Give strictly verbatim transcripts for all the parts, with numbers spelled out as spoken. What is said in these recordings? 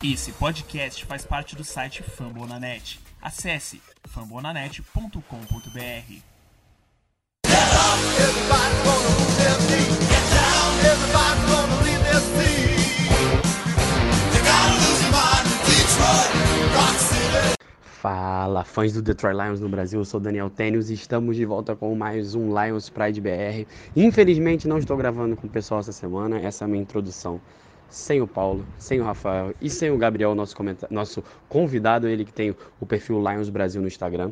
Esse podcast faz parte do site Fambonanet. Acesse fambonanet ponto com ponto b r. Fala, fãs do Detroit Lions no Brasil, eu sou Daniel Tênios e estamos de volta com mais um Lions Pride B R. Infelizmente não estou gravando com o pessoal essa semana, essa é a minha introdução. Sem o Paulo, sem o Rafael e sem o Gabriel, nosso, comenta- nosso convidado, ele que tem o perfil Lions Brasil no Instagram.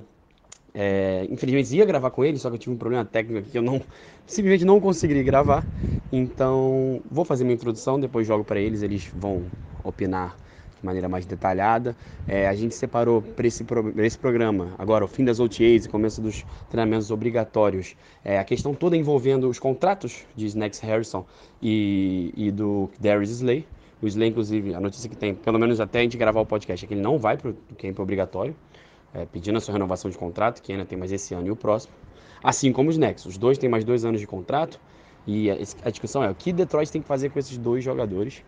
É, infelizmente ia gravar com ele, só que eu tive um problema técnico aqui que eu não, simplesmente não consegui gravar. Então vou fazer minha introdução, depois jogo para eles, eles vão opinar de maneira mais detalhada. É, a gente separou para esse, pro, esse programa, agora o fim das O T As e começo dos treinamentos obrigatórios, é, a questão toda envolvendo os contratos de Snacks Harrison e, e do Darius Slay. O Slay, inclusive, a notícia que tem, pelo menos até a gente gravar o podcast, é que ele não vai para o camp obrigatório, é, pedindo a sua renovação de contrato, que ainda tem mais esse ano e o próximo. Assim como os Snacks, os dois têm mais dois anos de contrato. E a, a discussão é o que Detroit tem que fazer com esses dois jogadores.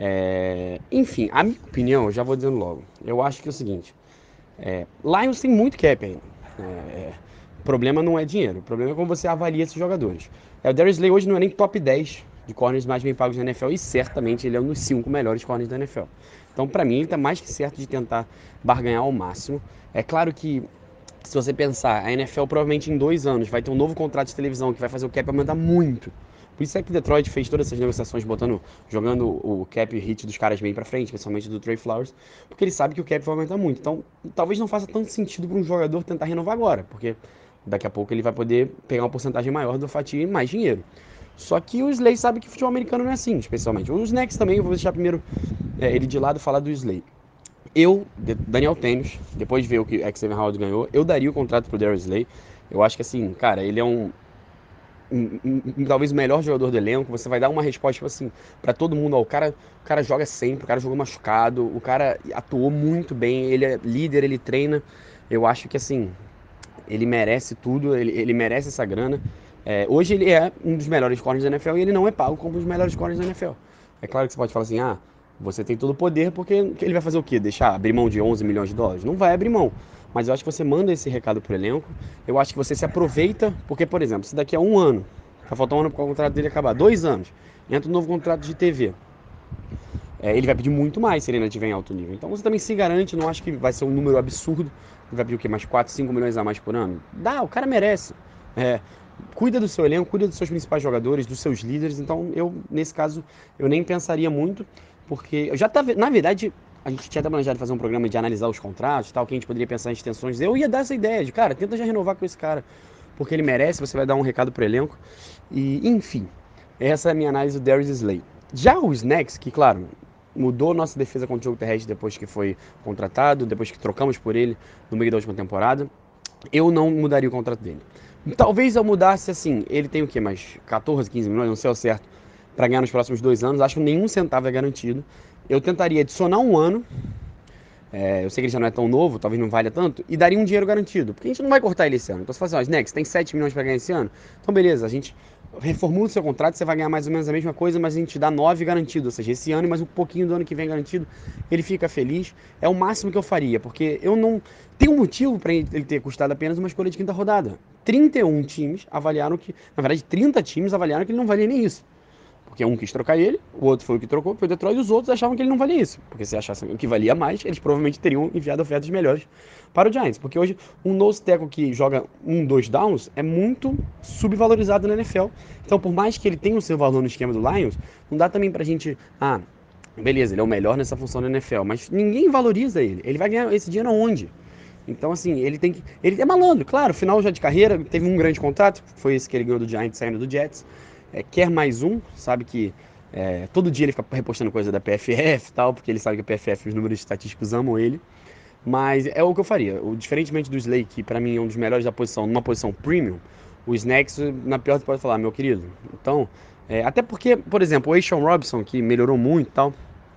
É, enfim, a minha opinião, eu já vou dizendo logo, eu acho que é o seguinte, é, Lions tem muito cap ainda. É, o problema não é dinheiro, o problema é como você avalia esses jogadores. É, o Darius Slay hoje não é nem top dez de corners mais bem pagos da N F L e certamente ele é um dos cinco melhores corners da N F L. Então, para mim, ele está mais que certo de tentar barganhar ao máximo. É claro que, se você pensar, a N F L provavelmente em dois anos vai ter um novo contrato de televisão que vai fazer o cap aumentar muito. Por isso é que Detroit fez todas essas negociações botando, jogando o cap hit dos caras bem pra frente, especialmente do Trey Flowers, porque ele sabe que o cap vai aumentar muito. Então, talvez não faça tanto sentido para um jogador tentar renovar agora, porque daqui a pouco ele vai poder pegar uma porcentagem maior da fatia e mais dinheiro. Só que o Slay sabe que o futebol americano não é assim, especialmente. Os Snacks também, eu vou deixar primeiro é, ele de lado falar do Slay. Eu, Daniel Tênios, depois de ver o que Xavier Howard ganhou, eu daria o contrato pro Darius Slay. Eu acho que assim, cara, ele é um, um, um, um talvez o melhor jogador do elenco. Você vai dar uma resposta, tipo assim, pra todo mundo. Ó, o cara, o cara joga sempre, o cara jogou machucado, o cara atuou muito bem, ele é líder, ele treina. Eu acho que assim, ele merece tudo, ele, ele merece essa grana. É, hoje ele é um dos melhores corners da N F L e ele não é pago como um dos melhores corners da N F L. É claro que você pode falar assim, ah, você tem todo o poder, porque ele vai fazer o quê? Deixar abrir mão de onze milhões de dólares? Não vai abrir mão. Mas eu acho que você manda esse recado pro elenco. Eu acho que você se aproveita, porque, por exemplo, se daqui a um ano, vai faltar um ano para o contrato dele acabar, dois anos, entra um novo contrato de T V. É, ele vai pedir muito mais se ele ainda estiver em alto nível. Então você também se garante, não acho que vai ser um número absurdo. Ele vai pedir o quê? Mais quatro, cinco milhões a mais por ano? Dá, o cara merece. É, cuida do seu elenco, cuida dos seus principais jogadores, dos seus líderes. Então eu, nesse caso, eu nem pensaria muito, porque eu já tava, na verdade, a gente tinha até planejado fazer um programa de analisar os contratos, tal, que a gente poderia pensar em extensões. Eu ia dar essa ideia de, cara, tenta já renovar com esse cara, porque ele merece, você vai dar um recado pro elenco. E, enfim, essa é a minha análise do Darius Slay. Já o Snacks, que, claro, mudou nossa defesa contra o jogo terrestre depois que foi contratado, depois que trocamos por ele no meio da última temporada, eu não mudaria o contrato dele. Talvez eu mudasse assim, ele tem o quê? Mais catorze, quinze milhões, não sei ao certo, para ganhar nos próximos dois anos. Acho que nenhum centavo é garantido. Eu tentaria adicionar um ano. É, eu sei que ele já não é tão novo, talvez não valha tanto, e daria um dinheiro garantido, porque a gente não vai cortar ele esse ano. Então você fala assim, ó, Snacks, tem sete milhões para ganhar esse ano? Então beleza, a gente reformula o seu contrato, você vai ganhar mais ou menos a mesma coisa, mas a gente dá nove garantido, ou seja, esse ano e mais um pouquinho do ano que vem garantido, ele fica feliz. É o máximo que eu faria, porque eu não... Tem um motivo para ele ter custado apenas uma escolha de quinta rodada. trinta e um times avaliaram que, na verdade, trinta times avaliaram que ele não valia nem isso. Porque um quis trocar ele, o outro foi o que trocou, foi o Detroit, e os outros achavam que ele não valia isso. Porque se achassem o que valia mais, eles provavelmente teriam enviado ofertas melhores para o Giants. Porque hoje, um nose tackle que joga um, dois downs é muito subvalorizado na N F L. Então, por mais que ele tenha o seu valor no esquema do Lions, não dá também pra gente... Ah, beleza, ele é o melhor nessa função da N F L, mas ninguém valoriza ele. Ele vai ganhar esse dinheiro aonde? Então, assim, ele tem que... Ele é malandro, claro, final já de carreira, teve um grande contrato, foi esse que ele ganhou do Giants saindo do Jets. É, quer mais um, sabe que é, todo dia ele fica repostando coisa da P F F e tal, porque ele sabe que a P F F, os números estatísticos amam ele. Mas é o que eu faria. O, diferentemente do Slay, que pra mim é um dos melhores da posição, numa posição premium, o Snacks, na pior você pode falar, meu querido. Então, é, até porque, por exemplo, o A'Shawn Robinson, que melhorou muito e tal,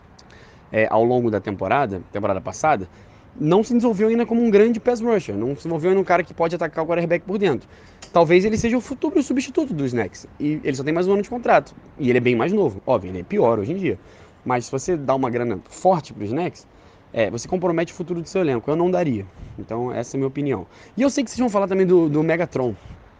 é, ao longo da temporada, temporada passada, não se desenvolveu ainda como um grande pass rusher, não se desenvolveu ainda um cara que pode atacar o quarterback por dentro. Talvez ele seja o futuro substituto do Snacks, e ele só tem mais um ano de contrato, e ele é bem mais novo, óbvio, ele é pior hoje em dia, Mas se você dá uma grana forte para os Knicks, é, você compromete o futuro do seu elenco. Eu não daria. Então, essa é a minha opinião. E eu sei que vocês vão falar também do, do Megatron.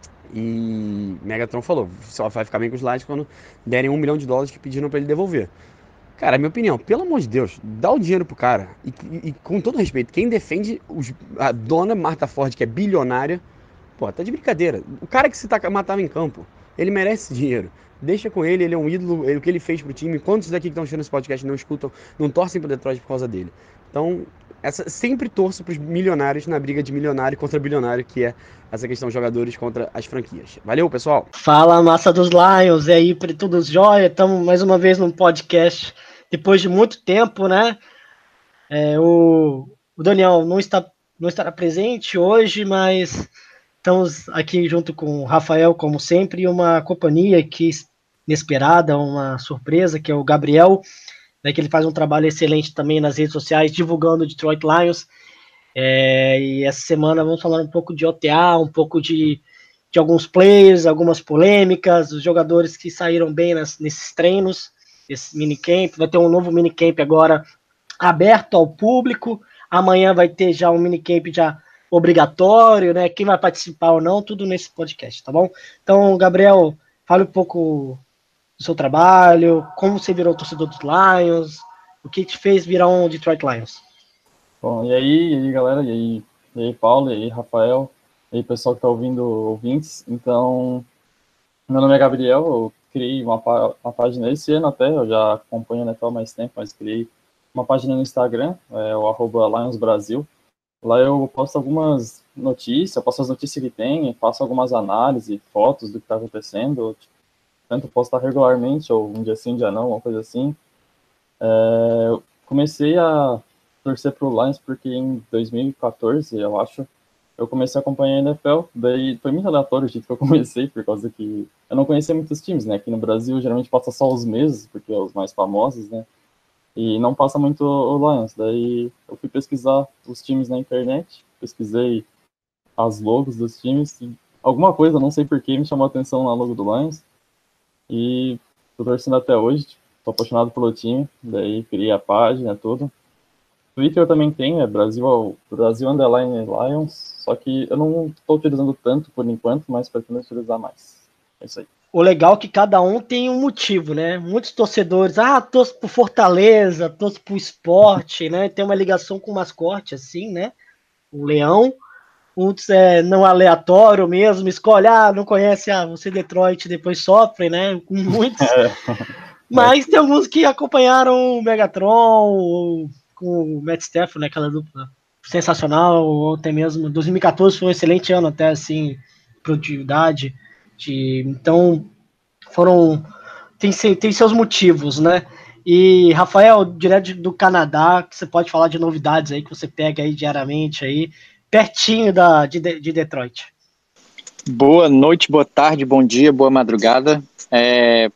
E Megatron falou, só vai ficar bem com os Lions quando derem um milhão de dólares que pediram para ele devolver. Cara, minha opinião, pelo amor de Deus, dá o dinheiro pro cara. E, e, e com todo respeito, quem defende os, a dona Martha Ford, que é bilionária, pô, tá de brincadeira. O cara que se tá, matava em campo, ele merece dinheiro. Deixa com ele, ele é um ídolo, ele, o que ele fez pro time. Quantos daqui que estão assistindo esse podcast não escutam, não torcem pro Detroit por causa dele? Então, essa, sempre torço pros milionários na briga de milionário contra bilionário, que é essa questão de jogadores contra as franquias. Valeu, pessoal! Fala, massa dos Lions, e aí, todos jóia? Estamos mais uma vez num podcast, depois de muito tempo, né? É, o, o Daniel não, está, não estará presente hoje, mas estamos aqui junto com o Rafael, como sempre, e uma companhia aqui inesperada, uma surpresa, que é o Gabriel, né, que ele faz um trabalho excelente também nas redes sociais, divulgando o Detroit Lions. É, e essa semana vamos falar um pouco de O T A, um pouco de, de alguns players, algumas polêmicas, os jogadores que saíram bem nas, nesses treinos, esse minicamp. Vai ter um novo minicamp agora aberto ao público. Amanhã vai ter já um minicamp já obrigatório, né? Quem vai participar ou não, tudo nesse podcast, tá bom? Então, Gabriel, fale um pouco do seu trabalho, como você virou torcedor dos Lions, o que te fez virar um Detroit Lions. Bom, e aí, e aí galera, e aí, e aí Paulo, e aí Rafael, e aí pessoal que tá ouvindo, ouvintes. Então, meu nome é Gabriel, eu criei uma, uma página esse ano até, eu já acompanho a N F L há mais tempo, mas criei uma página no Instagram, é o arroba Lions Brasil. Lá eu posto algumas notícias, posto as notícias que tem, faço algumas análises, fotos do que tá acontecendo, tipo, tento postar regularmente, ou um dia sim, um dia não, uma coisa assim. É, eu comecei a torcer pro Lions porque em dois mil e quatorze, eu acho, eu comecei a acompanhar a N F L, daí foi muito aleatório o jeito que eu comecei, por causa que eu não conhecia muitos times, né, aqui no Brasil geralmente passa só os mesmos, porque é os mais famosos, né, e não passa muito o Lions, daí eu fui pesquisar os times na internet, pesquisei as logos dos times, e alguma coisa, não sei porquê, me chamou a atenção na logo do Lions, e tô torcendo até hoje, tô apaixonado pelo time, daí criei a página, tudo. Twitter eu também tenho, é Brasil, Brasil Underline Lions, só que eu não tô utilizando tanto por enquanto, mas pretendo utilizar mais. É isso aí. O legal é que cada um tem um motivo, né? Muitos torcedores, ah, torço pro Fortaleza, torço pro esporte, né? Tem uma ligação com o mascote, assim, né? O leão. Muitos é não aleatório mesmo, escolhe, ah, não conhece, ah, você Detroit, depois sofre, né? Com muitos. É. Mas tem alguns que acompanharam o Megatron, com o Matt Stafford, né? Aquela dupla sensacional, ou até mesmo dois mil e quatorze foi um excelente ano, até assim, produtividade. De, então, foram. Tem, tem seus motivos, né? E, Rafael, direto do Canadá, que você pode falar de novidades aí que você pega aí diariamente aí, pertinho da, de, de Detroit. Boa noite, boa tarde, bom dia, boa madrugada. É,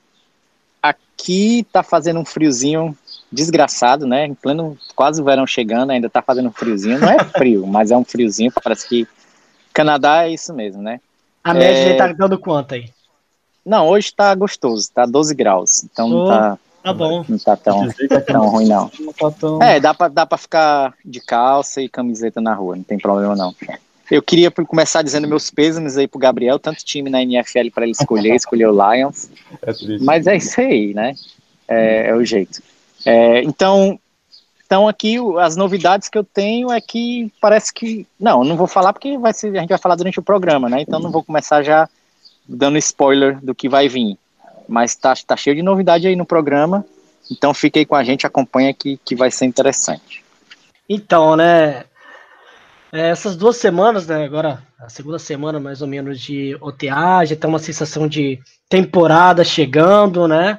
aqui tá fazendo um friozinho desgraçado, né? Em pleno, quase o verão chegando, ainda tá fazendo um friozinho. Não é frio, mas é um friozinho, parece que Canadá é isso mesmo, né? A média é... tá dando quanto aí? Não, hoje tá gostoso, tá doze graus, então oh, não tá... Tá bom. Não tá tão, tão ruim, não. É, dá pra, dá pra ficar de calça e camiseta na rua, não tem problema, não. Eu queria começar dizendo meus pêsames aí pro Gabriel, tanto time na N F L para ele escolher, escolher o Lions. É triste. Mas é isso aí, né? É, é o jeito. É, então, então, aqui as novidades que eu tenho é que parece que... Não, não vou falar porque vai ser, a gente vai falar durante o programa, né? Então não vou começar já dando spoiler do que vai vir. Mas tá, tá cheio de novidade aí no programa, então fique aí com a gente, acompanha que, que vai ser interessante. Então, né, essas duas semanas, né, agora a segunda semana mais ou menos de O T A, já tem uma sensação de temporada chegando, né,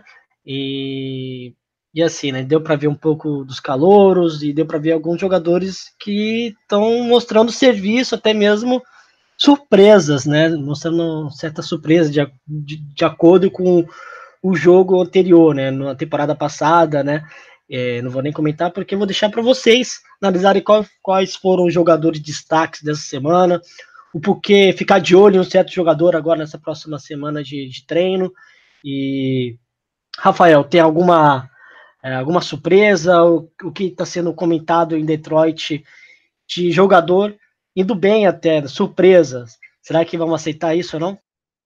e, e assim, né, deu para ver um pouco dos calouros e deu para ver alguns jogadores que estão mostrando serviço, até mesmo surpresas, né, mostrando certa surpresa de, de, de acordo com o jogo anterior, né, na temporada passada, né, é, não vou nem comentar porque eu vou deixar para vocês analisarem qual, quais foram os jogadores destaques dessa semana, o porquê ficar de olho em um certo jogador agora nessa próxima semana de, de treino. E Rafael, tem alguma É, alguma surpresa? O, o que está sendo comentado em Detroit de jogador indo bem até, surpresas. Será que vamos aceitar isso ou não?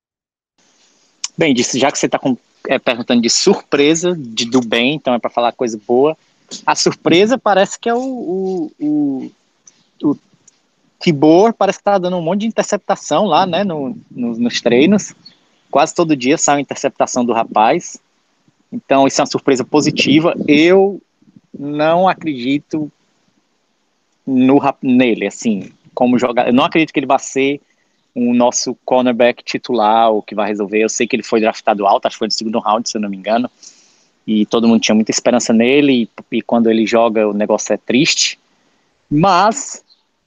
Bem, já que você está é, perguntando de surpresa, de, do bem, então é para falar coisa boa, a surpresa parece que é o, o, o, o Tibor, parece que está dando um monte de interceptação lá, né, no, no, nos treinos. Quase todo dia sai uma interceptação do rapaz. Então isso é uma surpresa positiva. Eu não acredito no, nele, assim, como jogador. Eu não acredito que ele vai ser o nosso cornerback titular, ou que vai resolver. Eu sei que ele foi draftado alto, acho que foi no segundo round, se eu não me engano, e todo mundo tinha muita esperança nele, e, e quando ele joga o negócio é triste, mas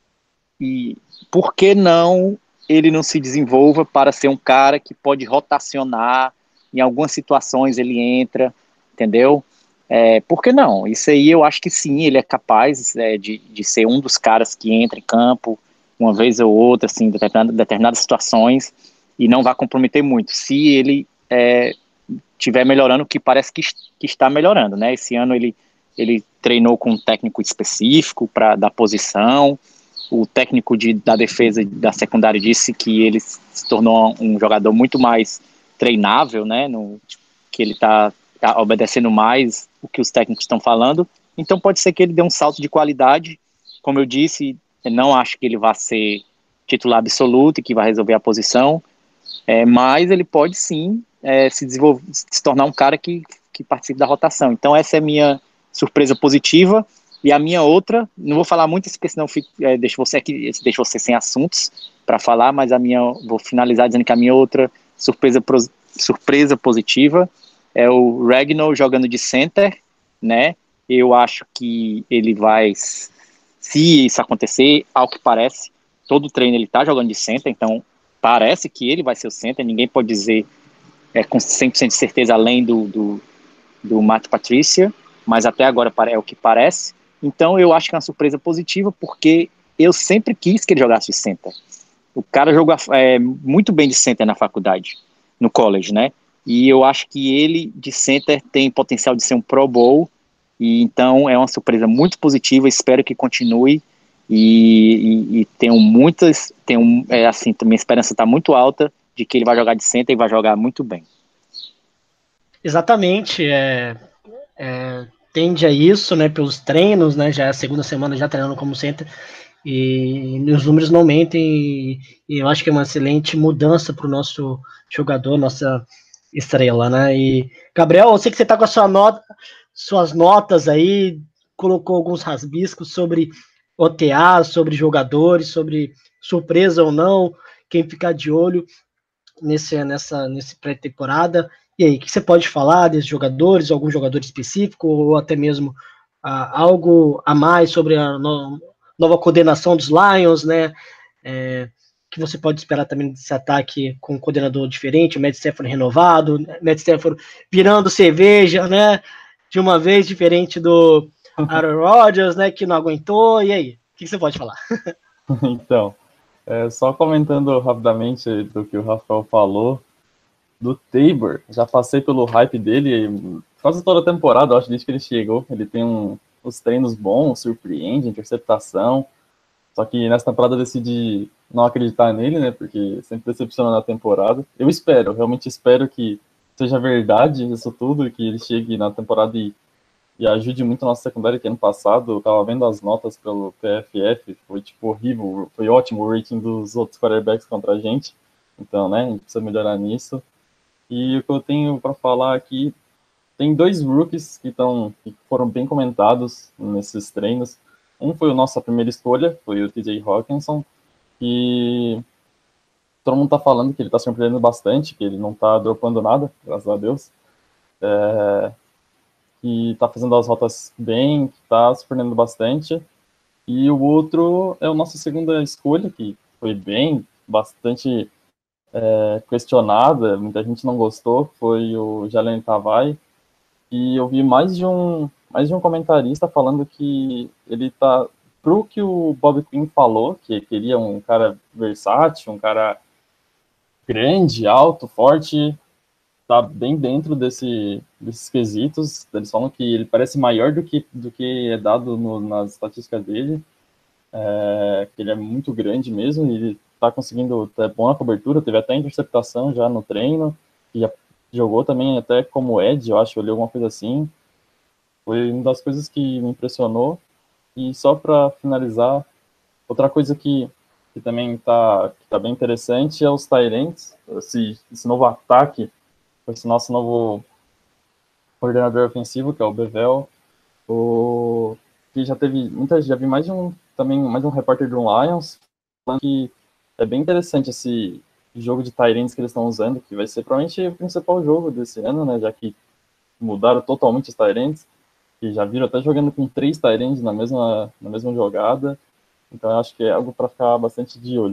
e por que não ele não se desenvolva para ser um cara que pode rotacionar, em algumas situações ele entra, entendeu? É, por que não? Isso aí eu acho que sim, ele é capaz é, de, de ser um dos caras que entra em campo, uma vez ou outra, assim, em determinadas, determinadas situações, e não vai comprometer muito. Se ele é, tiver melhorando, que parece que, que está melhorando, né? Esse ano ele, ele treinou com um técnico específico para da posição. O técnico de, da defesa da secundária disse que ele se tornou um jogador muito mais treinável, né? No, que ele está tá obedecendo mais o que os técnicos estão falando. Então pode ser que ele dê um salto de qualidade. Como eu disse, eu não acho que ele vai ser titular absoluto e que vai resolver a posição, é, mas ele pode sim é, se desenvolver, se tornar um cara que, que participe da rotação. Então essa é a minha surpresa positiva. E a minha outra, não vou falar muito, porque senão fico, é, deixo você aqui, deixo você sem assuntos para falar, mas a minha, vou finalizar dizendo que a minha outra surpresa, surpresa positiva é o Ragnow jogando de center, né? Eu acho que ele vai, se isso acontecer, ao que parece, todo treino ele tá jogando de center, então parece que ele vai ser o center, ninguém pode dizer é, com cem por cento de certeza além do, do, do Matt Patricia, mas até agora é o que parece. Então eu acho que é uma surpresa positiva, porque eu sempre quis que ele jogasse de center. O cara jogou é, muito bem de center na faculdade, no college, né? E eu acho que ele, de center, tem potencial de ser um Pro Bowl, e então é uma surpresa muito positiva, espero que continue, e, e, e tenho muitas, tenho, é, assim, minha esperança está muito alta de que ele vai jogar de center e vai jogar muito bem. Exatamente, é, é, tende a isso, né, pelos treinos, né, já é a segunda semana já treinando como center, e os números não mentem, e, e eu acho que é uma excelente mudança para o nosso jogador, nossa estrela, né, e Gabriel, eu sei que você está com a sua nota, suas notas aí, colocou alguns rasbiscos sobre O T A, sobre jogadores, sobre surpresa ou não, quem ficar de olho nesse, nessa, nesse pré-temporada. E aí, o que você pode falar desses jogadores, algum jogador específico, ou até mesmo ah, algo a mais sobre a no, nova coordenação dos Lions, né? É, que você pode esperar também desse ataque com um coordenador diferente, o Matt Stafford renovado, Matt Stafford virando cerveja, né? De uma vez, diferente do Aaron Rodgers, né? Que não aguentou. E aí, o que você pode falar? Então, é, só comentando rapidamente do que o Rafael falou, do Tabor, já passei pelo hype dele quase toda a temporada, eu acho, desde que ele chegou. Ele tem um, os treinos bons, surpreende, interceptação. Só que nessa temporada eu decidi não acreditar nele, né? Porque sempre decepciona na temporada. Eu espero, realmente espero que seja verdade isso tudo, e que ele chegue na temporada e, e ajude muito a nossa secundária, que ano passado eu tava vendo as notas pelo P F F, foi tipo horrível, foi ótimo o rating dos outros quarterbacks contra a gente. Então, né, a gente precisa melhorar nisso. E o que eu tenho para falar aqui, tem dois rookies que, tão, que foram bem comentados nesses treinos. Um foi a nossa primeira escolha, foi o T J Hawkinson, e todo mundo tá falando que ele tá surpreendendo bastante, que ele não tá dropando nada, graças a Deus. É, que tá fazendo as rotas bem, que tá surpreendendo bastante. E o outro é a nossa segunda escolha, que foi bem, bastante... É, questionada, muita gente não gostou, foi o Jalen Tavai, e eu vi mais de um mais de um comentarista falando que ele tá, pro que o Bob Quinn falou, que queria um cara versátil, um cara grande, alto, forte, tá bem dentro desse, desses quesitos. Eles falam que ele parece maior do que, do que é dado no, nas estatísticas dele, é, que ele é muito grande mesmo, e ele tá conseguindo ter boa cobertura, teve até interceptação já no treino, e já jogou também até como Ed, eu acho, eu li alguma coisa assim. Foi uma das coisas que me impressionou. E só para finalizar, outra coisa que, que também está tá bem interessante é os tight ends, esse, esse novo ataque, esse nosso novo coordenador ofensivo, que é o Bevel, o, que já teve, muita, já vi mais de um, também, mais um repórter do Lions, falando que é bem interessante esse jogo de tight ends que eles estão usando, que vai ser provavelmente o principal jogo desse ano, né, já que mudaram totalmente os tight ends, que já viram até jogando com três tight ends na mesma, na mesma jogada. Então, eu acho que é algo para ficar bastante de olho.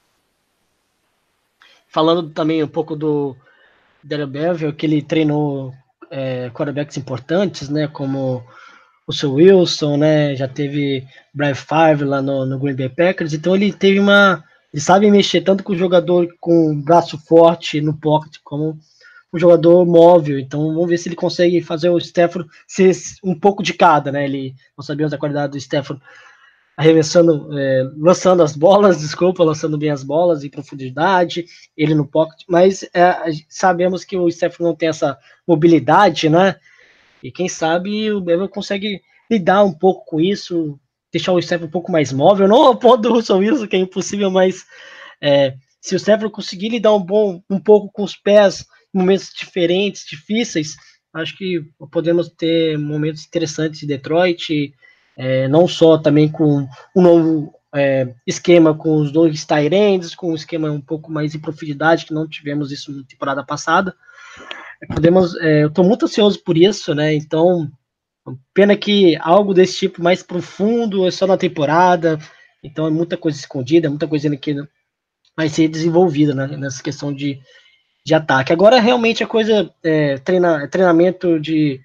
Falando também um pouco do Darrell Bevell, que ele treinou é, quarterbacks importantes, né, como o seu Wilson, né, já teve Brian Favre lá no, no Green Bay Packers, então ele teve uma... Ele sabe mexer tanto com o jogador com um braço forte no pocket, como um jogador móvel, então vamos ver se ele consegue fazer o Stafford ser um pouco de cada, né? Ele, nós sabemos a qualidade do Stafford arremessando, é, lançando as bolas, desculpa, lançando bem as bolas em profundidade, ele no pocket, mas é, sabemos que o Stafford não tem essa mobilidade, né? E quem sabe o Bevel consegue lidar um pouco com isso, deixar o Stafford um pouco mais móvel, não ao ponto do Russell Wilson, que é impossível, mas é, se o Stafford conseguir lidar um, bom, um pouco com os pés em momentos diferentes, difíceis, acho que podemos ter momentos interessantes em Detroit, é, não só também com um novo é, esquema com os dois tight ends, com um esquema um pouco mais em profundidade, que não tivemos isso na temporada passada. Podemos, é, eu estou muito ansioso por isso, né? Então, pena que algo desse tipo mais profundo é só na temporada, então é muita coisa escondida, muita coisa que vai ser desenvolvida, né, nessa questão de, de ataque. Agora, realmente, a coisa é treina, treinamento de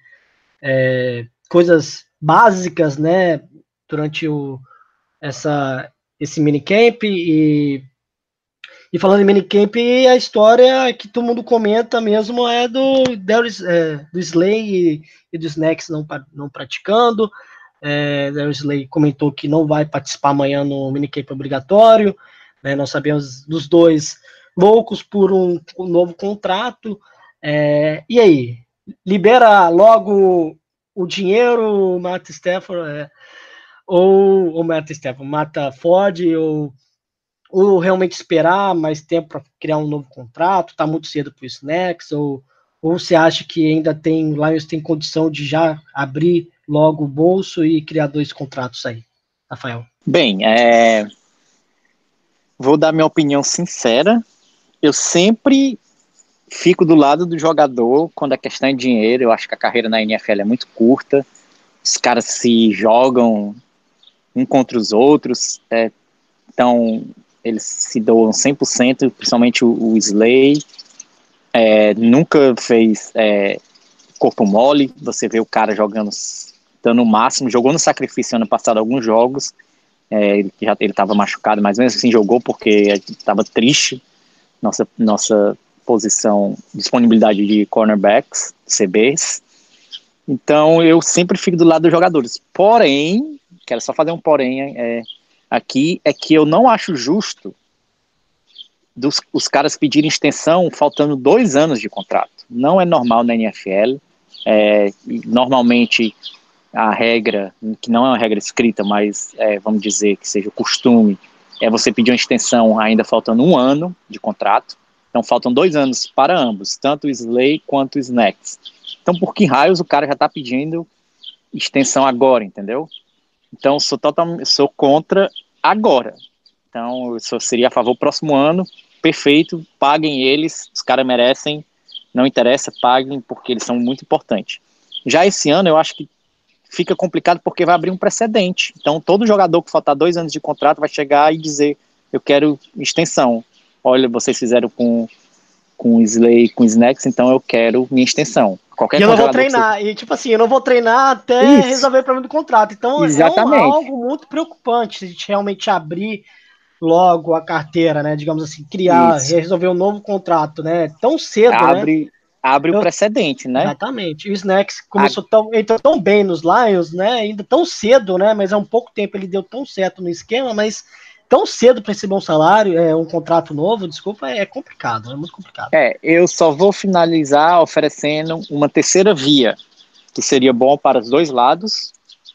é, coisas básicas, né, durante o, essa, esse minicamp, e, e falando em minicamp, a história que todo mundo comenta mesmo é do, é, do Slay e, e do Snacks não, não praticando. É, o Slay comentou que não vai participar amanhã no minicamp obrigatório, né, nós sabemos dos dois loucos por um, um novo contrato, é, e aí? Libera logo o dinheiro, mata Stafford, é, ou, ou mata Stafford, mata Ford, ou, ou realmente esperar mais tempo para criar um novo contrato, tá muito cedo para o Snacks, ou, ou você acha que ainda tem, Lions tem condição de já abrir logo o bolso e criar dois contratos aí, Rafael? Bem, é... vou dar minha opinião sincera. Eu sempre fico do lado do jogador quando a questão é dinheiro. Eu acho que a carreira na N F L é muito curta. Os caras se jogam um contra os outros. É, então, eles se doam cem por cento, principalmente o, o Slay. É, nunca fez é, corpo mole. Você vê o cara jogando, dando o máximo. Jogou no sacrifício ano passado alguns jogos. É, ele já ele estava machucado, mas mesmo assim jogou porque estava triste. Nossa, nossa posição, disponibilidade de cornerbacks, C Bs. Então eu sempre fico do lado dos jogadores. Porém, quero só fazer um porém é, aqui, é que eu não acho justo dos, os caras pedirem extensão faltando dois anos de contrato. Não é normal na N F L. É, normalmente a regra, que não é uma regra escrita, mas é, vamos dizer que seja o costume, é você pedir uma extensão ainda faltando um ano de contrato. Então faltam dois anos para ambos, tanto o Slay quanto o Snacks. Então por que raios o cara já está pedindo extensão agora, entendeu? Então eu sou, total, sou contra agora. Então eu só seria a favor próximo ano, perfeito, paguem eles, os caras merecem, não interessa, paguem, porque eles são muito importantes. Já esse ano eu acho que fica complicado porque vai abrir um precedente. Então todo jogador que faltar dois anos de contrato vai chegar e dizer, eu quero extensão. Olha, vocês fizeram com, com o Slay, com o Snacks, então eu quero minha extensão. Qualquer e eu não vou treinar, você... e tipo assim, eu não vou treinar até Isso. resolver o problema do contrato. Então Exatamente. é um, algo muito preocupante se a gente realmente abrir logo a carteira, né? Digamos assim, criar, Isso. resolver um novo contrato, né? Tão cedo, Abre, né? abre eu, o precedente, né? Exatamente. O Snacks começou a... tão, entrou tão bem nos Lions, né? Ainda tão cedo, né? Mas há um pouco tempo ele deu tão certo no esquema, mas tão cedo para receber um salário, é um contrato novo, desculpa, é complicado, é muito complicado. É, eu só vou finalizar oferecendo uma terceira via, que seria bom para os dois lados.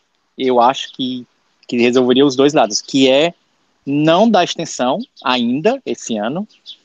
Eu acho que, que resolveria os dois lados, que é não dar extensão ainda esse ano,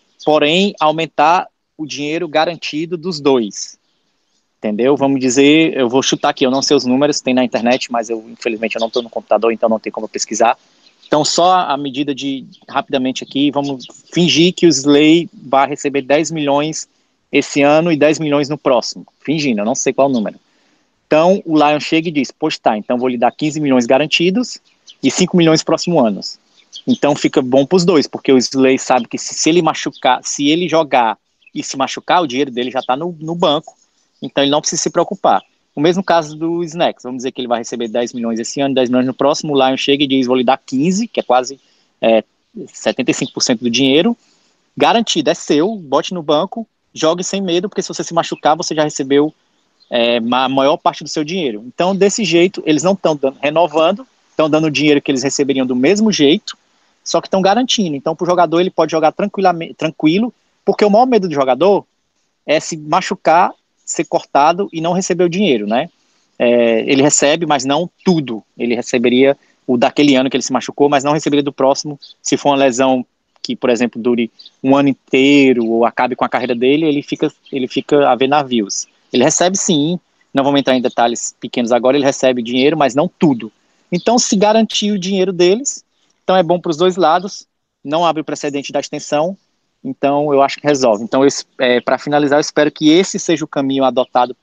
porém aumentar o dinheiro garantido dos dois. Entendeu? Vamos dizer, eu vou chutar aqui, eu não sei os números, tem na internet, mas eu, infelizmente, eu não estou no computador, então não tem como pesquisar. Então, só a medida de, rapidamente aqui, vamos fingir que o Slay vai receber dez milhões esse ano e dez milhões no próximo. Fingindo, eu não sei qual é o número. Então, o Lion chega e diz, pois tá, então vou lhe dar quinze milhões garantidos e cinco milhões no próximo ano. Então, fica bom para os dois, porque o Slay sabe que se, se ele machucar, se ele jogar e se machucar, o dinheiro dele já está no, no banco, então ele não precisa se preocupar. O mesmo caso do Snacks, vamos dizer que ele vai receber dez milhões esse ano, dez milhões no próximo, o Lion chega e diz, vou lhe dar quinze, que é quase é, setenta e cinco por cento do dinheiro, garantido, é seu, bote no banco, jogue sem medo, porque se você se machucar, você já recebeu é, a maior parte do seu dinheiro. Então, desse jeito, eles não estão renovando, estão dando o dinheiro que eles receberiam do mesmo jeito, só que estão garantindo. Então, para o jogador, ele pode jogar tranquilamente, tranquilo, porque o maior medo do jogador é se machucar, ser cortado e não receber o dinheiro, né? É, ele recebe, mas não tudo. Ele receberia o daquele ano que ele se machucou, mas não receberia do próximo. Se for uma lesão que, por exemplo, dure um ano inteiro ou acabe com a carreira dele, ele fica, ele fica a ver navios. Ele recebe sim, não vamos entrar em detalhes pequenos agora, ele recebe dinheiro, mas não tudo. Então, se garantir o dinheiro deles, então é bom para os dois lados, não abre o precedente da extensão, então eu acho que resolve. Então, é, para finalizar, eu espero que esse seja o caminho adotado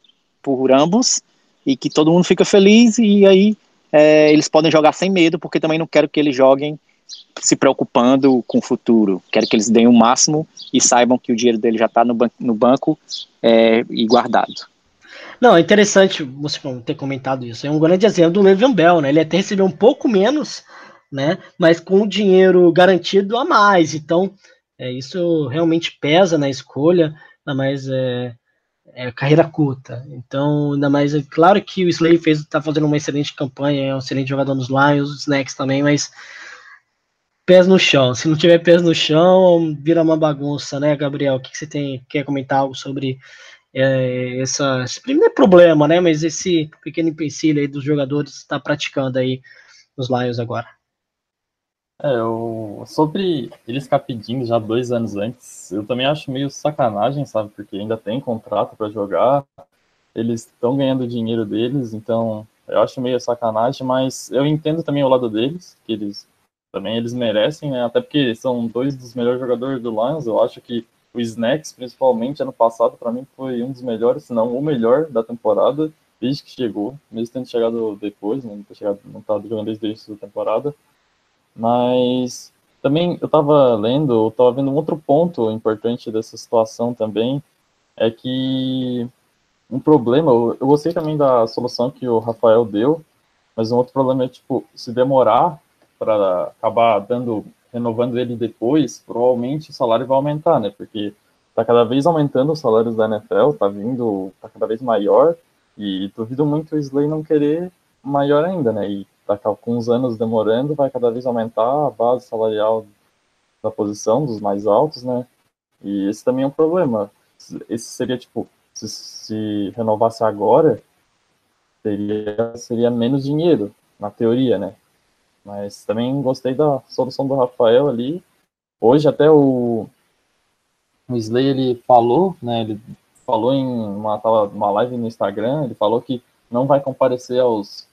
por ambos e que todo mundo fica feliz e aí é, eles podem jogar sem medo, porque também não quero que eles joguem se preocupando com o futuro. Quero que eles deem o máximo e saibam que o dinheiro dele já está no, ban no banco é, e guardado. Não, é interessante você ter comentado isso. É um grande exemplo do Le'Veon Bell, né? Ele até recebeu um pouco menos, né? Mas com o dinheiro garantido a mais. Então, é, isso realmente pesa na escolha, ainda mais é, é, carreira curta. Então, ainda mais, é claro que o Slay está fazendo uma excelente campanha, é um excelente jogador nos Lions, os Snacks também, mas pés no chão. Se não tiver pés no chão, vira uma bagunça, né, Gabriel? O que, que você tem, quer comentar algo sobre é, essa, esse primeiro problema, né? Mas esse pequeno empecilho aí dos jogadores está praticando aí nos Lions agora. É, eu, sobre eles ficar pedindo já dois anos antes, eu também acho meio sacanagem, sabe? Porque ainda tem contrato para jogar, eles estão ganhando o dinheiro deles, então eu acho meio sacanagem, mas eu entendo também o lado deles, que eles também eles merecem, né? Até porque são dois dos melhores jogadores do Lions. Eu acho que o Snacks, principalmente ano passado, para mim foi um dos melhores, se não o melhor da temporada, desde que chegou, mesmo tendo chegado depois, né? Não ter chegado, não estava jogando desde o início da temporada. Mas também eu estava lendo, eu estava vendo um outro ponto importante dessa situação também, é que um problema, eu, eu gostei também da solução que o Rafael deu, mas um outro problema é, tipo, se demorar para acabar dando, renovando ele depois, provavelmente o salário vai aumentar, né? Porque tá cada vez aumentando os salários da N F L, tá vindo, tá cada vez maior, e duvido muito o Slay não querer maior ainda, né? E tá com uns anos demorando, vai cada vez aumentar a base salarial da posição, dos mais altos, né? E esse também é um problema. Esse seria, tipo, se, se renovasse agora, seria, seria menos dinheiro, na teoria, né? Mas também gostei da solução do Rafael ali. Hoje até o, o Slay, ele falou, né, ele falou em uma, uma live no Instagram, ele falou que não vai comparecer aos,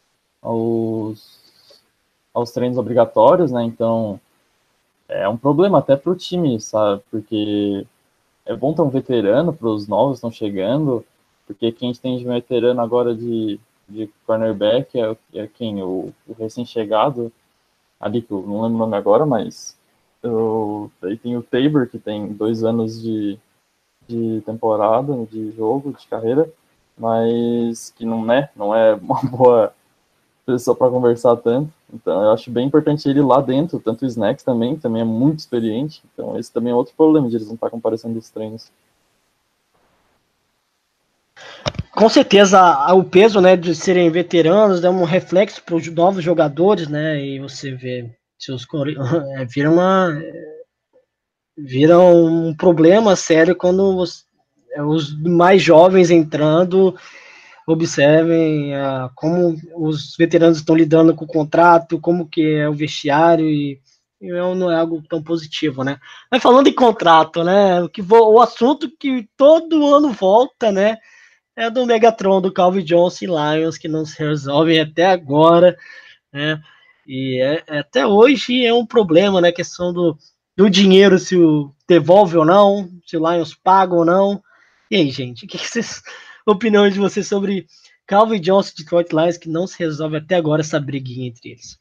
aos, aos treinos obrigatórios, né, então é um problema até pro time, sabe, porque é bom ter um veterano para os novos que estão chegando, porque quem tem de veterano agora de de cornerback é, é quem? O, o recém-chegado ali, que eu não lembro o nome agora, mas eu, aí tem o Tabor, que tem dois anos de, de temporada, de jogo, de carreira, mas que não é, não é uma boa pessoa para conversar tanto. Então eu acho bem importante ele lá dentro, tanto o Snacks também, também é muito experiente, então esse também é outro problema de eles não estar comparecendo nos treinos. Com certeza o peso, né, de serem veteranos é um reflexo para os novos jogadores, né? E você vê seus é, vira uma vira um problema sério quando os, os mais jovens entrando observem uh, como os veteranos estão lidando com o contrato, como que é o vestiário e, e não é algo tão positivo, né? Mas falando em contrato, né? O, que, o assunto que todo ano volta, né? É do Megatron, do Calvin Johnson e Lions, que não se resolvem até agora, né? E é, até hoje é um problema, né? A questão do, do dinheiro, se o devolve ou não, se o Lions paga ou não. E aí, gente, o que, que vocês... opinião de vocês sobre Calvin Johnson e Detroit Lions, que não se resolve até agora essa briguinha entre eles.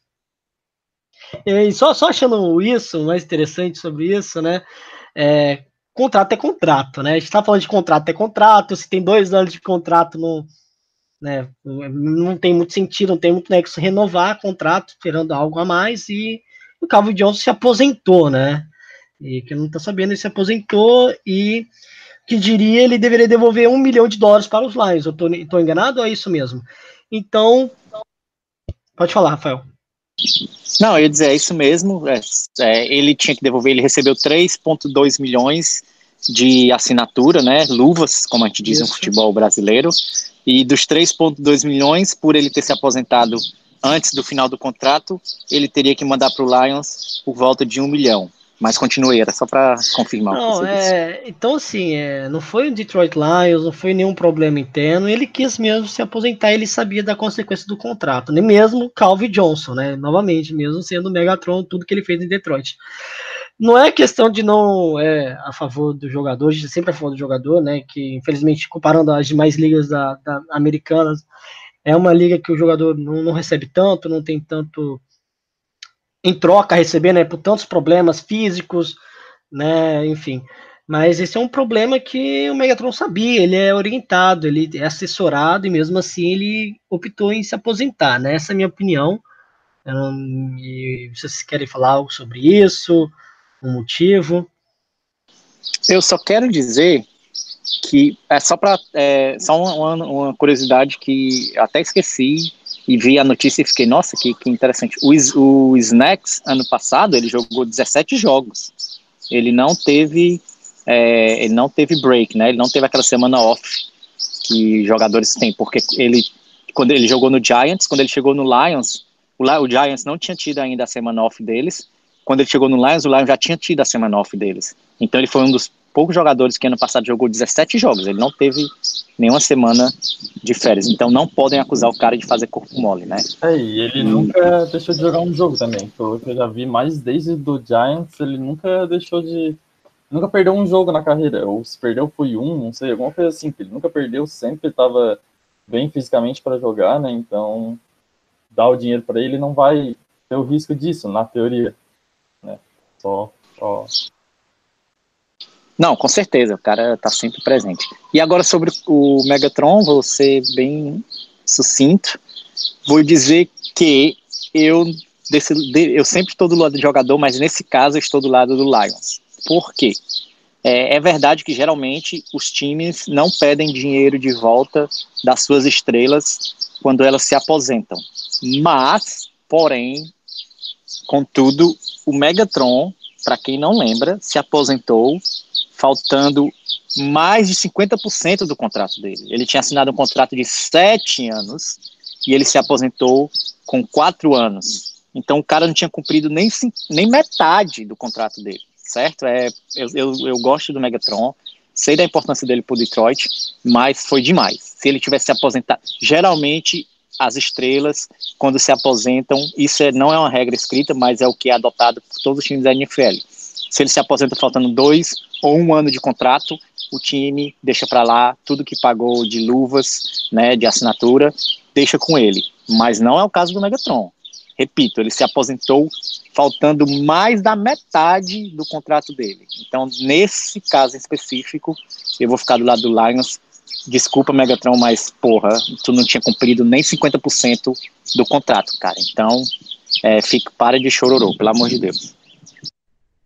E só, só achando isso, mais interessante sobre isso, né? É, contrato é contrato, né? A gente tá falando de contrato é contrato, se tem dois anos de contrato, não, né, não tem muito sentido, não tem muito nexo renovar contrato, esperando algo a mais, e o Calvin Johnson se aposentou, né? E que não tá sabendo, ele se aposentou e que diria ele deveria devolver um milhão de dólares para os Lions. Eu tô, tô enganado ou é isso mesmo? Então, pode falar, Rafael. Não, eu ia dizer, é isso mesmo. É, é, ele tinha que devolver, ele recebeu três vírgula dois milhões de assinatura, né? Luvas, como a gente diz isso. No futebol brasileiro. E dos três vírgula dois milhões, por ele ter se aposentado antes do final do contrato, ele teria que mandar para o Lions por volta de um milhão. Mas continue, era só para confirmar não, o que você é, disse. Então, assim, é, não foi o Detroit Lions, não foi nenhum problema interno, ele quis mesmo se aposentar, ele sabia da consequência do contrato, nem mesmo Calvin Johnson, né, novamente, mesmo sendo o Megatron, tudo que ele fez em Detroit. Não é questão de não é a favor do jogador, a gente é sempre a favor do jogador, né, que infelizmente, comparando as demais ligas da, da americanas, é uma liga que o jogador não, não recebe tanto, não tem tanto em troca a receber, né, por tantos problemas físicos, né, enfim, mas esse é um problema que o Megatron sabia, ele é orientado, ele é assessorado e mesmo assim ele optou em se aposentar, né, essa é a minha opinião. Um, e vocês querem falar algo sobre isso, um motivo? Eu só quero dizer que é só para é, só uma, uma curiosidade que eu até esqueci e vi a notícia e fiquei, nossa, que, que interessante. O, o Snacks, ano passado, ele jogou dezessete jogos. Ele não teve é, ele não teve break, né? Ele não teve aquela semana off que jogadores têm, porque ele, quando ele jogou no Giants, quando ele chegou no Lions, o, o Giants não tinha tido ainda a semana off deles. Quando ele chegou no Lions, o Lions já tinha tido a semana off deles. Então ele foi um dos poucos jogadores que ano passado jogou dezessete jogos. Ele não teve nenhuma semana de férias. Então não podem acusar o cara de fazer corpo mole, né? É, e ele hum. nunca deixou de jogar um jogo também. Pelo que eu já vi, mais desde do Giants, ele nunca deixou de... Nunca perdeu um jogo na carreira. Ou se perdeu foi um, não sei, alguma coisa assim. Ele nunca perdeu, sempre estava bem fisicamente para jogar, né? Então, dar o dinheiro para ele não vai ter o risco disso, na teoria. Né? Só... só... Não, com certeza, o cara tá sempre presente. E agora sobre o Megatron, vou ser bem sucinto, vou dizer que eu, desse, de, eu sempre estou do lado do jogador, mas nesse caso eu estou do lado do Lions. Por quê? É, é verdade que geralmente os times não pedem dinheiro de volta das suas estrelas quando elas se aposentam. Mas, porém, contudo, o Megatron, para quem não lembra, se aposentou faltando mais de cinquenta por cento do contrato dele. Ele tinha assinado um contrato de sete anos e ele se aposentou com quatro anos. Então o cara não tinha cumprido nem, nem metade do contrato dele, certo? É, eu, eu, eu gosto do Megatron, sei da importância dele para o Detroit, mas foi demais. Se ele tivesse se aposentado... Geralmente as estrelas, quando se aposentam, isso é, não é uma regra escrita, mas é o que é adotado por todos os times da N F L. Se ele se aposenta faltando dois ou um ano de contrato, o time deixa para lá tudo que pagou de luvas, né, de assinatura, deixa com ele. Mas não é o caso do Megatron. Repito, ele se aposentou faltando mais da metade do contrato dele. Então, nesse caso específico, eu vou ficar do lado do Lions. Desculpa, Megatron, mas, porra, tu não tinha cumprido nem cinquenta por cento do contrato, cara. Então, é, fica, para de chororô, pelo amor de Deus.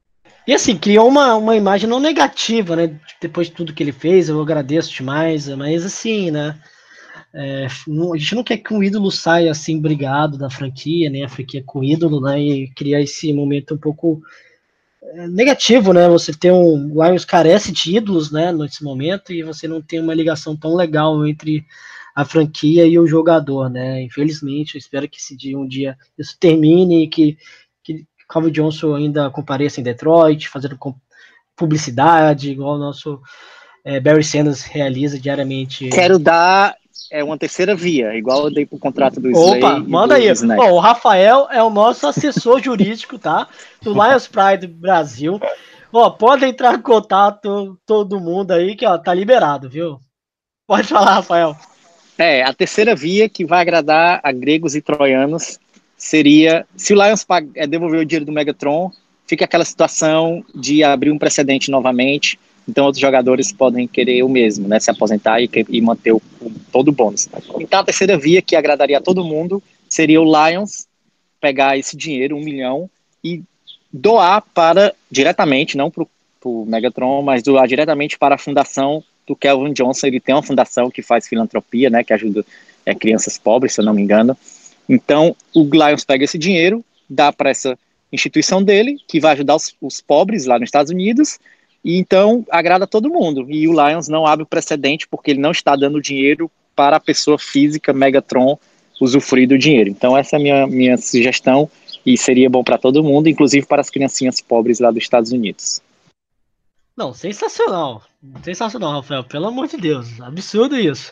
E assim, criou uma, uma imagem não negativa, né? Depois de tudo que ele fez, eu agradeço demais, mas assim, né? É, não, a gente não quer que um ídolo saia assim, brigado da franquia, nem a franquia com o ídolo, né? E criar esse momento um pouco é, negativo, né? Você tem um. O Lions carece de ídolos, né? Nesse momento, e você não tem uma ligação tão legal entre a franquia e o jogador, né? Infelizmente, eu espero que esse dia, um dia isso termine e que, que Calvin Johnson ainda compareça em Detroit, fazendo publicidade, igual o nosso é, Barry Sanders realiza diariamente. Quero dar é, uma terceira via, igual eu dei pro contrato do Opa, Slay e manda do aí. Snap. Bom, o Rafael é o nosso assessor jurídico, tá? Do Lions Pride Brasil. Ó, pode entrar em contato todo mundo aí, que ó, tá liberado, viu? Pode falar, Rafael. É, a terceira via que vai agradar a gregos e troianos seria, se o Lions é, devolver o dinheiro do Megatron, fica aquela situação de abrir um precedente novamente, então outros jogadores podem querer o mesmo, né, se aposentar e, e manter o, o, todo o bônus. Então a terceira via que agradaria a todo mundo seria o Lions pegar esse dinheiro, um milhão, e doar para, diretamente, não para o Megatron, mas doar diretamente para a fundação do Calvin Johnson. Ele tem uma fundação que faz filantropia, né, que ajuda é, crianças pobres, se eu não me engano. Então, o Lions pega esse dinheiro, dá para essa instituição dele, que vai ajudar os, os pobres lá nos Estados Unidos, e então agrada todo mundo. E o Lions não abre o precedente, porque ele não está dando dinheiro para a pessoa física Megatron usufruir do dinheiro. Então, essa é a minha, minha sugestão, e seria bom para todo mundo, inclusive para as criancinhas pobres lá dos Estados Unidos. Não, sensacional. Sensacional, Rafael. Pelo amor de Deus. Absurdo isso.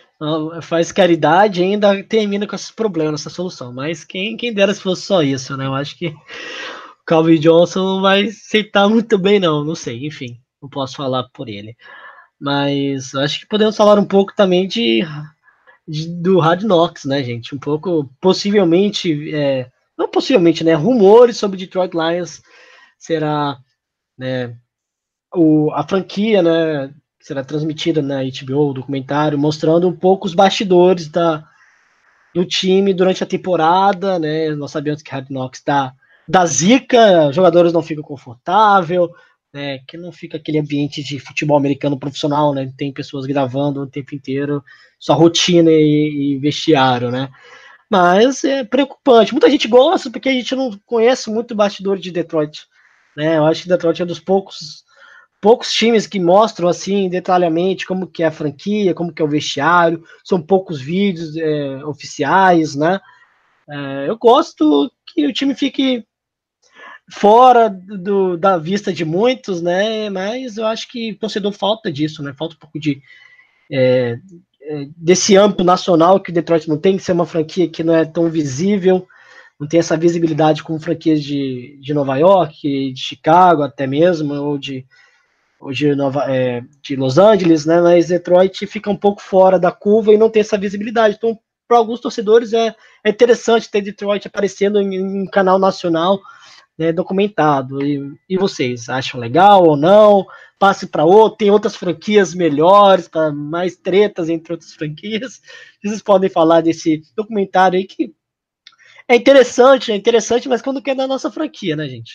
Faz caridade e ainda termina com esses problemas, essa solução. Mas quem, quem dera se fosse só isso, né? Eu acho que o Calvin Johnson não vai aceitar muito bem, não. Não sei, enfim. Não posso falar por ele. Mas acho que podemos falar um pouco também de, de do Hard Knocks, né, gente? Um pouco, possivelmente, é, não possivelmente, né? Rumores sobre Detroit Lions será, né? O, a franquia, né, será transmitida na H B O, o documentário, mostrando um pouco os bastidores da, do time durante a temporada, né, nós sabemos que Hard Knocks dá, dá zica, os jogadores não ficam confortáveis, né, que não fica aquele ambiente de futebol americano profissional, né, tem pessoas gravando o tempo inteiro, só rotina e, e vestiário, né, mas é preocupante, muita gente gosta porque a gente não conhece muito o bastidor de Detroit, né, eu acho que Detroit é um dos poucos poucos times que mostram assim detalhadamente como que é a franquia, como que é o vestiário, são poucos vídeos é, oficiais, né? É, eu gosto que o time fique fora do, da vista de muitos, né? Mas eu acho que o torcedor falta disso, né? Falta um pouco de é, é, desse âmbito nacional que o Detroit não tem, que ser uma franquia que não é tão visível, não tem essa visibilidade como franquias de, de Nova York, de Chicago até mesmo, ou de hoje Nova, é, de Los Angeles, né? Mas Detroit fica um pouco fora da curva e não tem essa visibilidade. Então, para alguns torcedores é, é interessante ter Detroit aparecendo em, em um canal nacional, né, documentado. E, e vocês acham legal ou não? Passe para outro, tem outras franquias melhores, para mais tretas entre outras franquias. Vocês podem falar desse documentário aí que é interessante, é interessante, mas quando quer da nossa franquia, né, gente?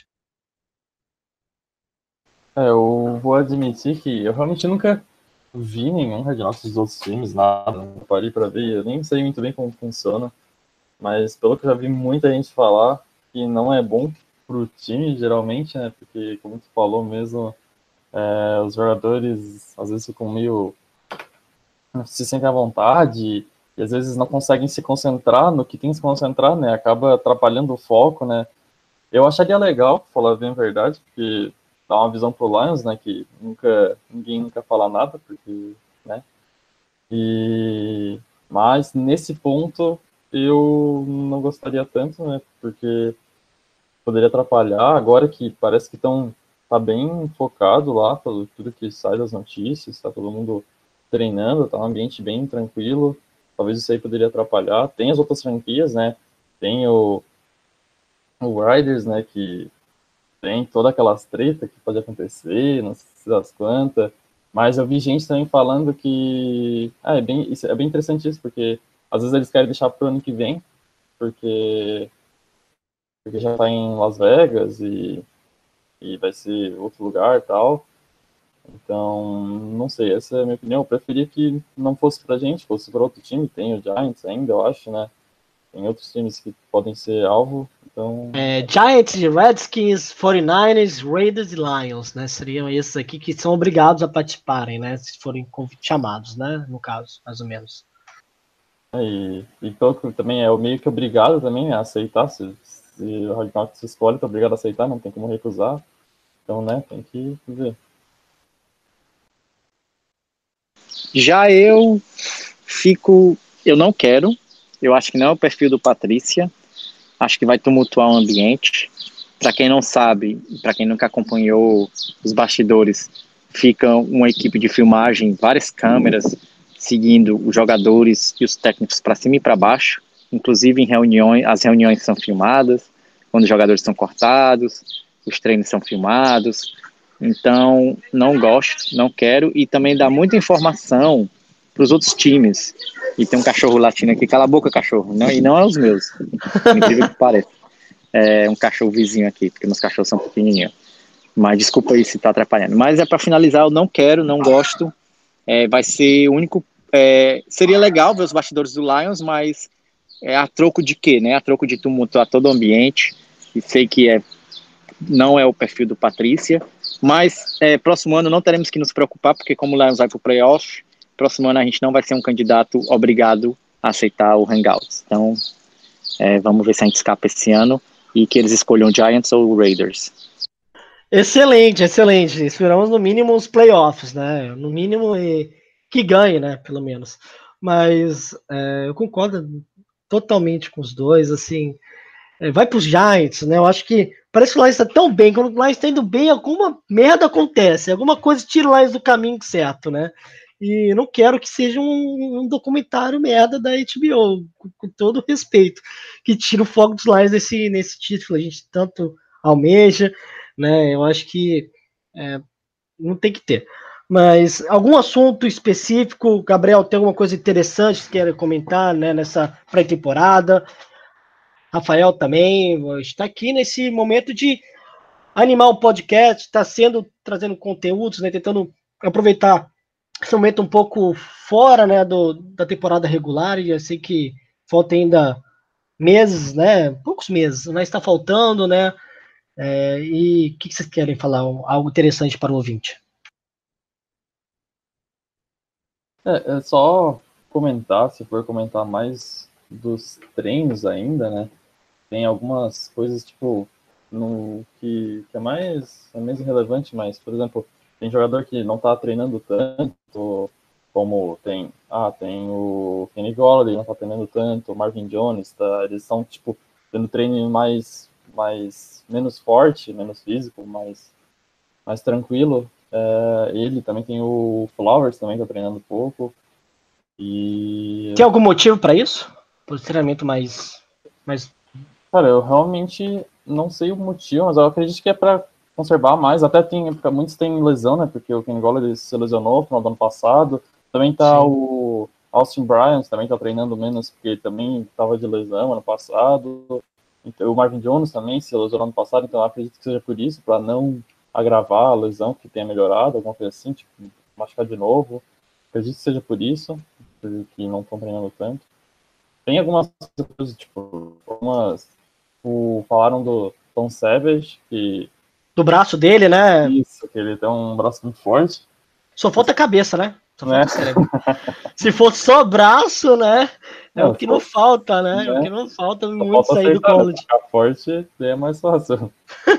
É, eu vou admitir que eu realmente nunca vi nenhum Red Knocks dos outros times, nada, não parei pra ver, eu nem sei muito bem como funciona, mas pelo que eu já vi muita gente falar, que não é bom pro time, geralmente, né, porque, como tu falou mesmo, é, os jogadores às vezes ficam meio... se sentem à vontade, e às vezes não conseguem se concentrar no que tem que se concentrar, né, acaba atrapalhando o foco, né. Eu acharia legal, pra falar bem a verdade, porque dá uma visão pro Lions, né, que nunca, ninguém nunca fala nada, porque, né, e, mas nesse ponto eu não gostaria tanto, né, porque poderia atrapalhar, agora que parece que estão, tá bem focado lá, pelo tudo que sai das notícias, tá todo mundo treinando, tá um ambiente bem tranquilo, talvez isso aí poderia atrapalhar. Tem as outras franquias, né, tem o, o Riders, né, que tem toda aquelas treta que pode acontecer, não sei das quantas, mas eu vi gente também falando que ah, é, bem, isso, é bem interessante isso, porque às vezes eles querem deixar pro ano que vem, porque, porque já tá em Las Vegas e e vai ser outro lugar e tal. Então, não sei, essa é a minha opinião. Eu preferia que não fosse pra gente, fosse pra outro time. Tem o Giants ainda, eu acho, né? Tem outros times que podem ser alvo, então... É, Giants, Redskins, forty-niners, Raiders e Lions, né? Seriam esses aqui que são obrigados a participarem, né? Se forem chamados, né? No caso, mais ou menos. É, e, e pelo que também é meio que obrigado também a aceitar. Se, se o Hard Knocks escolhe, tá obrigado a aceitar, não tem como recusar. Então, né, tem que ver. Já eu fico... Eu não quero. Eu acho que não é o perfil do Patrícia. Acho que vai tumultuar o ambiente. Para quem não sabe, para quem nunca acompanhou os bastidores, fica uma equipe de filmagem, várias câmeras, seguindo os jogadores e os técnicos para cima e para baixo. Inclusive em reuniões, as reuniões são filmadas, quando os jogadores são cortados, os treinos são filmados. Então, não gosto, não quero. E também dá muita informação para os outros times. E tem um cachorro latindo aqui, cala a boca, cachorro. Não, e não é os meus, incrível que pareça. É um cachorro vizinho aqui, porque meus cachorros são pequenininhos. Mas desculpa aí se tá atrapalhando. Mas é para finalizar, eu não quero, não gosto. É, vai ser o único... É, seria legal ver os bastidores do Lions, mas é a troco de quê, né? A troco de tumultuar todo o ambiente. E sei que é, não é o perfil do Patrícia. Mas é, próximo ano não teremos que nos preocupar, porque como o Lions vai pro playoff, próximo ano a gente não vai ser um candidato obrigado a aceitar o Hangouts. Então, é, vamos ver se a gente escapa esse ano e que eles escolham Giants ou Raiders. Excelente, excelente. Esperamos no mínimo os playoffs, né? No mínimo e que ganhe, né? Pelo menos. Mas é, eu concordo totalmente com os dois. Assim, é, vai para os Giants, né? Eu acho que parece que o Lions está tão bem. Quando o Lions está indo bem, alguma merda acontece, alguma coisa tira o Lions do caminho certo, né? E não quero que seja um, um documentário merda da H B O, com, com todo respeito, que tira o foco dos Lions nesse, nesse título. A gente tanto almeja, né? Eu acho que é, não tem que ter. Mas algum assunto específico, Gabriel, tem alguma coisa interessante que queira comentar, né, nessa pré-temporada? Rafael também está aqui nesse momento de animar o podcast, está sendo trazendo conteúdos, né, tentando aproveitar esse momento um pouco fora, né, do, da temporada regular, e eu sei que falta ainda meses, né, poucos meses, mas está faltando, né, é, e o que, que vocês querem falar? Algo interessante para o ouvinte? É, é só comentar, se for comentar mais dos treinos ainda, né, tem algumas coisas, tipo, no, que, que é mais é menos relevante, mas, por exemplo, tem jogador que não tá treinando tanto, como tem, ah, tem o Kenny Golladay, não tá treinando tanto, o Marvin Jones, tá, eles estão, tipo, tendo treino mais, mais, menos forte, menos físico, mais, mais tranquilo. É, ele também tem o Flowers, também tá treinando pouco. E... Tem algum motivo para isso? Posicionamento mais, mais... Cara, eu realmente não sei o motivo, mas eu acredito que é para conservar mais. Até tem, muitos têm lesão, né? Porque o Kenny Golladay se lesionou no final do ano passado. Também tá Sim. o Austin Bryant, também tá treinando menos, porque também estava de lesão ano passado. Então, o Marvin Jones também se lesionou ano passado, então eu acredito que seja por isso, para não agravar a lesão, que tenha melhorado, alguma coisa assim, tipo, machucar de novo. Acredito que seja por isso, que não estão treinando tanto. Tem algumas coisas, tipo, algumas... O, falaram do Tom Savage, que... Do braço dele, né? Isso, que ele tem um braço muito forte. Só falta a cabeça, né? Só falta né? o cérebro. Se fosse só braço, né? É não, o que não falta, né? né? É o que não falta muito sair do college. Ficar forte é mais fácil.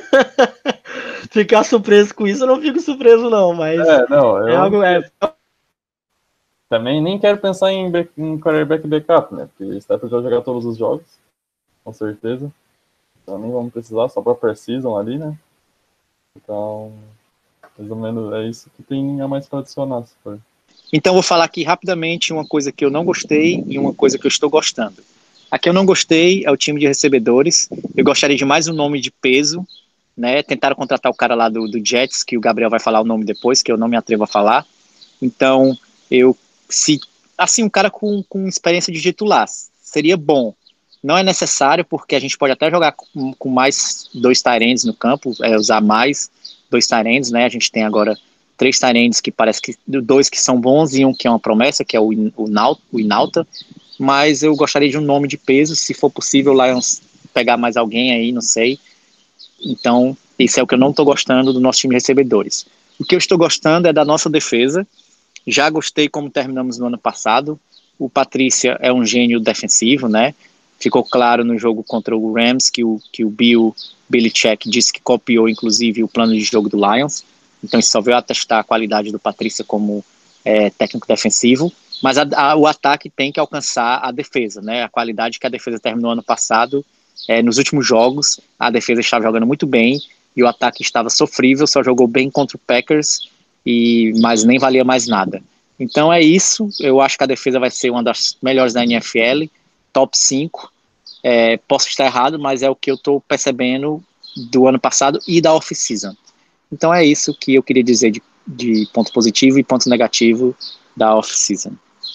Ficar surpreso com isso, eu não fico surpreso, não, mas... É, não, eu... É algo... É... Também nem quero pensar em, back, em quarterback backup, né? Porque o Stafford vai jogar todos os jogos, com certeza. Então nem vamos precisar, só pra per-season ali, né? Então, mais ou menos é isso que tem a mais para adicionar, se for. Então vou falar aqui rapidamente uma coisa que eu não gostei e uma coisa que eu estou gostando. A que eu não gostei é o time de recebedores. Eu gostaria de mais um nome de peso, né? Tentaram contratar o cara lá do, do Jets, que o Gabriel vai falar o nome depois, que eu não me atrevo a falar. Então, eu... se assim, um cara com, com experiência de titular seria bom, Não é necessário, porque a gente pode até jogar com, com mais dois tight ends no campo, é, usar mais dois tight ends, né? A gente tem agora três tight ends que parece que dois que são bons e um que é uma promessa, que é o, o, Nauta, o Inalta, mas eu gostaria de um nome de peso, se for possível, Lions pegar mais alguém aí, não sei. Então, isso é o que eu não estou gostando do nosso time de recebedores. O que eu estou gostando é da nossa defesa. Já gostei como terminamos no ano passado. O Patrícia é um gênio defensivo, né? Ficou claro no jogo contra o Rams que o, que o Bill Belichick disse que copiou, inclusive, o plano de jogo do Lions. Então, isso só veio atestar a qualidade do Patrícia como é, técnico defensivo. Mas a, a, o ataque tem que alcançar a defesa, né? A qualidade que a defesa terminou ano passado. É, nos últimos jogos, a defesa estava jogando muito bem e o ataque estava sofrível, só jogou bem contra o Packers, e, mas nem valia mais nada. Então é isso, eu acho que a defesa vai ser uma das melhores da N F L, top cinco. É, posso estar errado, mas é o que eu estou percebendo do ano passado e da off-season. Então é isso que eu queria dizer de, de ponto positivo e ponto negativo da off-season.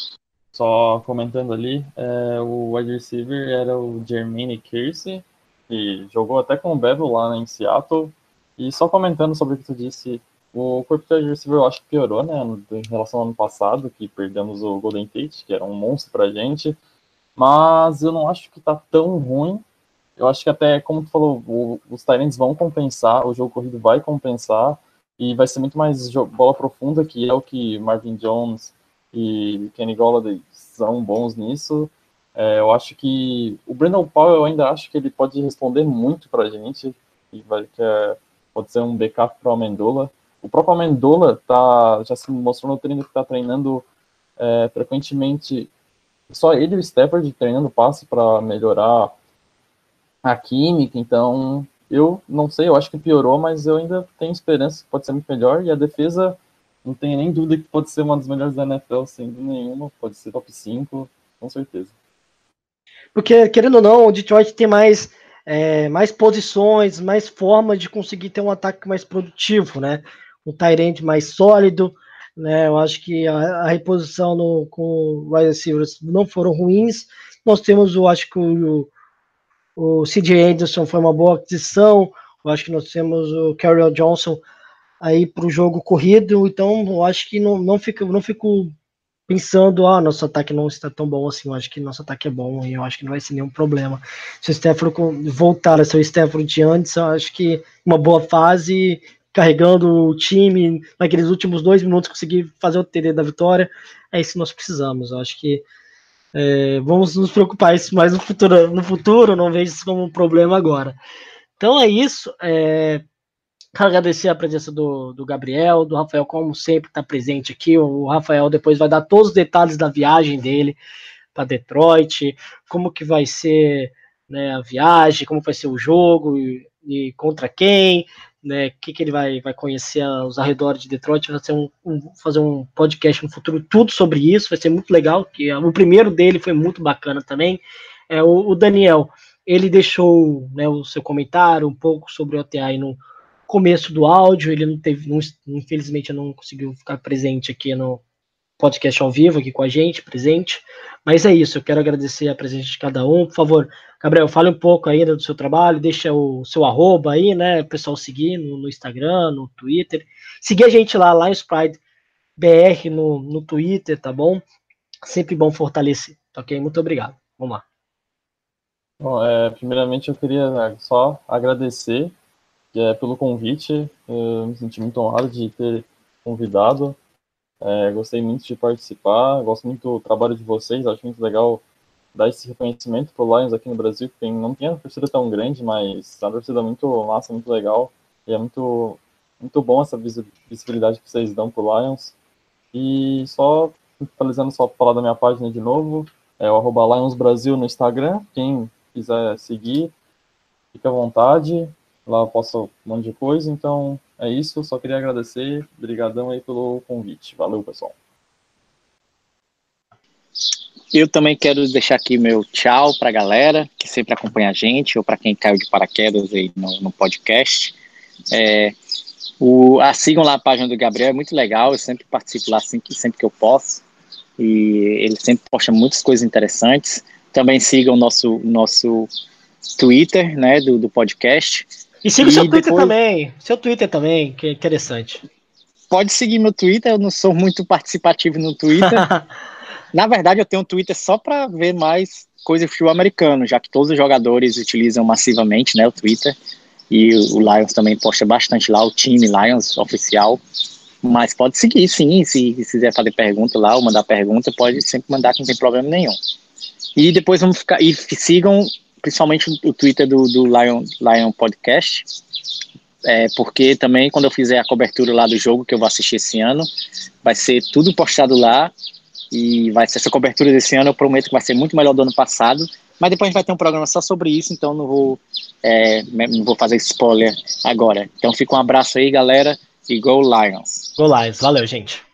Só comentando ali, é, o wide receiver era o Jermaine Kersey, que jogou até com o Bevel lá em Seattle. E só comentando sobre o que tu disse, o corpo de wide receiver eu acho que piorou, né, em relação ao ano passado, que perdemos o Golden Tate, que era um monstro pra gente. Mas eu não acho que tá tão ruim. Eu acho que até, como tu falou, o, os Tyrants vão compensar, o jogo corrido vai compensar, e vai ser muito mais bola profunda, que é o que Marvin Jones e Kenny Golladay são bons nisso. É, eu acho que o Brandon Powell, eu ainda acho que ele pode responder muito pra gente, e vai, que é, pode ser um backup para o Amendola. O próprio Amendola tá, já se mostrou no treino que está treinando é, frequentemente, só ele e o Stafford treinando passe para melhorar a química. Então eu não sei, eu acho que piorou, mas eu ainda tenho esperança que pode ser muito melhor, e a defesa não tenho nem dúvida que pode ser uma das melhores da N F L, sem dúvida nenhuma, pode ser top cinco, com certeza. Porque, querendo ou não, o Detroit tem mais, é, mais posições, mais formas de conseguir ter um ataque mais produtivo, né? Um tight end mais sólido, né? Eu acho que a, a reposição no, com o wide receivers não foram ruins. Nós temos, eu acho que o, o C J Anderson foi uma boa aquisição. Eu acho que nós temos o Kerryon Johnson aí para o jogo corrido, então eu acho que não, não, fico, não fico pensando, ah, nosso ataque não está tão bom assim, eu acho que nosso ataque é bom e eu acho que não vai ser nenhum problema. Se o Stafford voltar a ser o Stafford de antes, eu acho que uma boa fase, carregando o time, naqueles últimos dois minutos conseguir fazer o T D da vitória, é isso que nós precisamos. Eu acho que é, vamos nos preocupar isso mais no futuro, no futuro, não vejo isso como um problema agora. Então é isso, é, quero agradecer a presença do, do Gabriel, do Rafael, como sempre, está presente aqui. O Rafael depois vai dar todos os detalhes da viagem dele para Detroit, como que vai ser, né, a viagem, como vai ser o jogo e, e contra quem, né, o que, que ele vai, vai conhecer os arredores de Detroit. Vai ser um, um, fazer um podcast no futuro tudo sobre isso, vai ser muito legal, que o primeiro dele foi muito bacana também. É, o, o Daniel, ele deixou, né, o seu comentário um pouco sobre o O T A no começo do áudio, ele não teve, não, infelizmente não conseguiu ficar presente aqui no podcast ao vivo, aqui com a gente, presente, mas é isso, eu quero agradecer a presença de cada um. Por favor, Gabriel, fale um pouco ainda do seu trabalho, deixa o seu arroba aí, né, o pessoal seguir no, no Instagram, no Twitter, seguir a gente lá, Lions Pride B R no, no Twitter, tá bom? Sempre bom fortalecer, ok? Muito obrigado, vamos lá. Bom, é, primeiramente eu queria, né, só agradecer é, pelo convite, eu me senti muito honrado de ter convidado, é, gostei muito de participar, gosto muito do trabalho de vocês, acho muito legal dar esse reconhecimento pro Lions aqui no Brasil, que tem, não tem uma torcida tão grande, mas é uma torcida muito massa, muito legal, e é muito, muito bom essa visibilidade que vocês dão pro Lions. E só finalizando, só falar da minha página de novo, é o arroba Lions Brasil no Instagram, quem quiser seguir, fica à vontade. Lá eu posto um monte de coisa, então é isso, só queria agradecer, brigadão aí pelo convite, valeu pessoal. Eu também quero deixar aqui meu tchau para a galera que sempre acompanha a gente, ou para quem caiu de paraquedas aí no, no podcast. É, o, a, sigam lá a página do Gabriel, é muito legal, eu sempre participo lá sempre, sempre que eu posso, e ele sempre posta muitas coisas interessantes. Também sigam o nosso, nosso Twitter, né, do, do podcast. E siga o seu Twitter depois... também, seu Twitter também, que é interessante. Pode seguir meu Twitter, eu não sou muito participativo no Twitter. Na verdade, eu tenho um Twitter só para ver mais coisa de futebol americano, já que todos os jogadores utilizam massivamente, né, o Twitter. E o Lions também posta bastante lá, o time Lions oficial. Mas pode seguir, sim, se, se quiser fazer pergunta lá ou mandar pergunta, pode sempre mandar, que não tem problema nenhum. E depois vamos ficar, e sigam principalmente o Twitter do, do Lion, Lion Podcast, é, porque também quando eu fizer a cobertura lá do jogo que eu vou assistir esse ano, vai ser tudo postado lá, e vai ser essa cobertura desse ano, eu prometo que vai ser muito melhor do ano passado, mas depois a gente vai ter um programa só sobre isso, então não vou, é, não vou fazer spoiler agora. Então fica um abraço aí, galera, e Go Lions! Go Lions, valeu, gente!